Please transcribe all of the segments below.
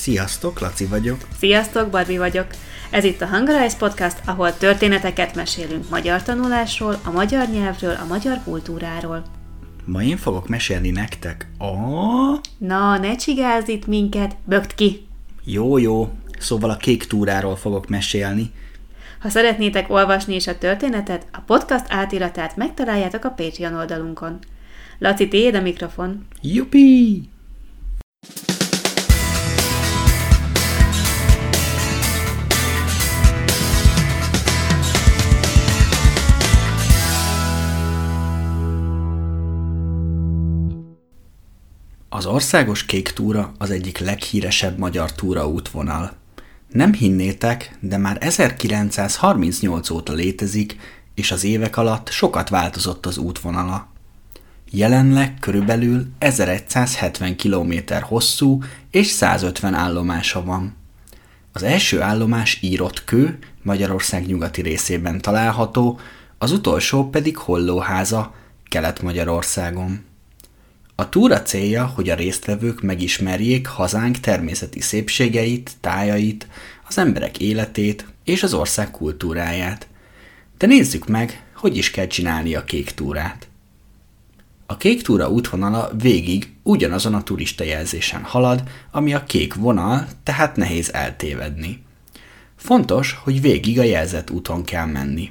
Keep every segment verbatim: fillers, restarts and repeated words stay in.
Sziasztok, Laci vagyok. Sziasztok, Barbi vagyok. Ez itt a Hungarize Podcast, ahol történeteket mesélünk magyar tanulásról, a magyar nyelvről, a magyar kultúráról. Ma én fogok mesélni nektek a... Na, ne csigázz itt minket, bögd ki! Jó, jó, szóval a kék túráról fogok mesélni. Ha szeretnétek olvasni is a történetet, a podcast átiratát megtaláljátok a Patreon oldalunkon. Laci, tiéd a mikrofon. Jupi! Az országos kék túra az egyik leghíresebb magyar túraútvonal. Nem hinnétek, de már ezerkilencszázharmincnyolc óta létezik, és az évek alatt sokat változott az útvonala. Jelenleg körülbelül ezeregyszázhetven kilométer hosszú és százötven állomása van. Az első állomás Írottkő, Magyarország nyugati részében található, az utolsó pedig Hollóháza, Kelet-Magyarországon. A túra célja, hogy a résztvevők megismerjék hazánk természeti szépségeit, tájait, az emberek életét és az ország kultúráját. De nézzük meg, hogy is kell csinálni a kék túrát. A kék túra útvonala végig ugyanazon a turistajelzésen halad, ami a kék vonal, tehát nehéz eltévedni. Fontos, hogy végig a jelzett úton kell menni.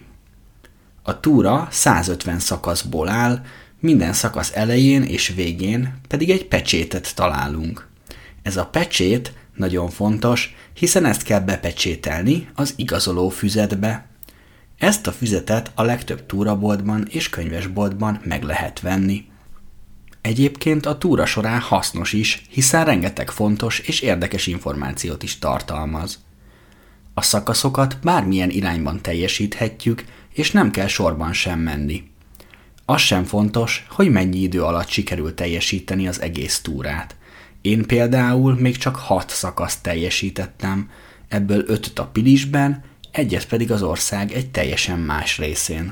A túra százötven szakaszból áll, minden szakasz elején és végén pedig egy pecsétet találunk. Ez a pecsét nagyon fontos, hiszen ezt kell bepecsételni az igazoló füzetbe. Ezt a füzetet a legtöbb túraboltban és könyvesboltban meg lehet venni. Egyébként a túra során hasznos is, hiszen rengeteg fontos és érdekes információt is tartalmaz. A szakaszokat bármilyen irányban teljesíthetjük, és nem kell sorban sem menni. Az sem fontos, hogy mennyi idő alatt sikerül teljesíteni az egész túrát. Én például még csak hat szakaszt teljesítettem, ebből ötöt a Pilisben, egyet pedig az ország egy teljesen más részén.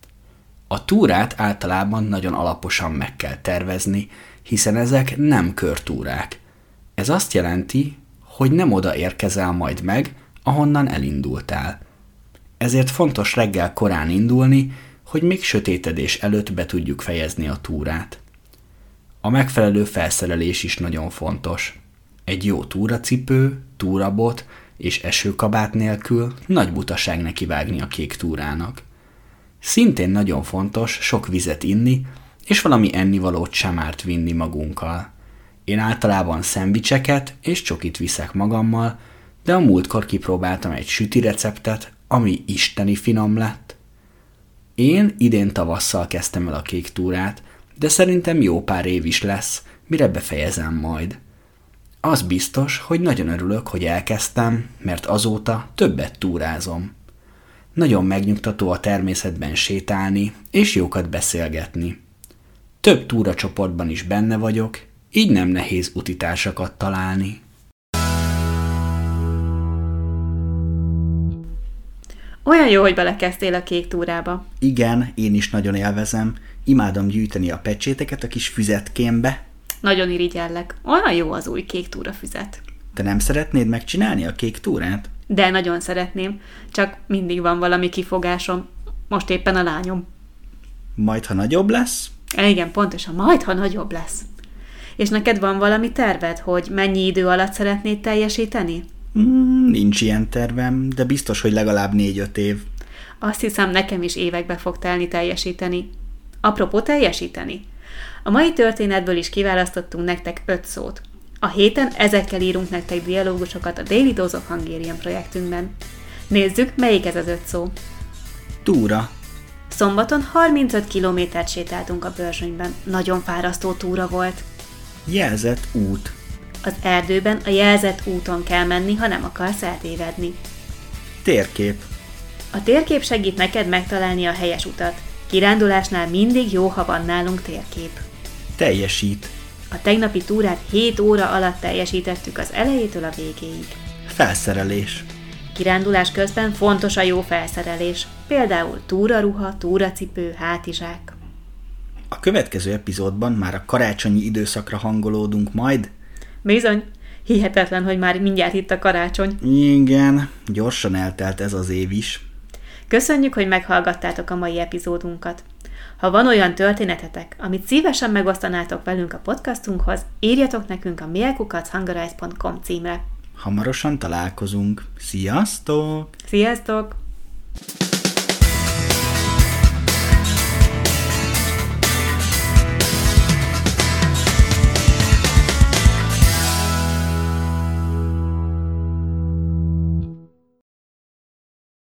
A túrát általában nagyon alaposan meg kell tervezni, hiszen ezek nem körtúrák. Ez azt jelenti, hogy nem oda érkezel majd meg, ahonnan elindultál. Ezért fontos reggel korán indulni, hogy még sötétedés előtt be tudjuk fejezni a túrát. A megfelelő felszerelés is nagyon fontos. Egy jó túracipő, túrabot és esőkabát nélkül nagy butaság nekivágni a kék túrának. Szintén nagyon fontos sok vizet inni, és valami ennivalót sem árt vinni magunkkal. Én általában szendvicseket és csokit viszek magammal, de a múltkor kipróbáltam egy süti receptet, ami isteni finom lett. Én idén tavasszal kezdtem el a kék túrát, de szerintem jó pár év is lesz, mire befejezem majd. Az biztos, hogy nagyon örülök, hogy elkezdtem, mert azóta többet túrázom. Nagyon megnyugtató a természetben sétálni, és jókat beszélgetni. Több túracsoportban is benne vagyok, így nem nehéz utitársakat találni. Olyan jó, hogy belekezdtél a kék túrába. Igen, én is nagyon élvezem. Imádom gyűjteni a pecséteket a kis füzetkémbe. Nagyon irigyellek. Olyan jó az új kék túra füzet. Te nem szeretnéd megcsinálni a kék túrát? De nagyon szeretném. Csak mindig van valami kifogásom. Most éppen a lányom. Majd, ha nagyobb lesz? Igen, pontosan. Majd, ha nagyobb lesz. És neked van valami terved, hogy mennyi idő alatt szeretnéd teljesíteni? Mm, nincs ilyen tervem, de biztos, hogy legalább négy-öt év. Azt hiszem, nekem is évekbe fog telni teljesíteni. Apropó teljesíteni. A mai történetből is kiválasztottunk nektek öt szót. A héten ezekkel írunk nektek dialógusokat a Daily Dose of Hungarian projektünkben. Nézzük, melyik ez az öt szó. Túra. Szombaton harmincöt kilométert sétáltunk a Börzsönyben. Nagyon fárasztó túra volt. Jelzett út. Az erdőben a jelzett úton kell menni, ha nem akarsz eltévedni. Térkép. A térkép segít neked megtalálni a helyes utat. Kirándulásnál mindig jó, ha van nálunk térkép. Teljesít. A tegnapi túrát hét óra alatt teljesítettük az elejétől a végéig. Felszerelés. Kirándulás közben fontos a jó felszerelés, például túraruha, túracipő, hátizsák. A következő epizódban már a karácsonyi időszakra hangolódunk majd. Bizony, Hihetetlen, hogy már mindjárt itt a karácsony. Igen, gyorsan eltelt ez az év is. Köszönjük, hogy meghallgattátok a mai epizódunkat. Ha van olyan történetetek, amit szívesen megosztanátok velünk a podcastunkhoz, írjatok nekünk a mail kukac hungarize pont com címre. Hamarosan találkozunk. Sziasztok! Sziasztok!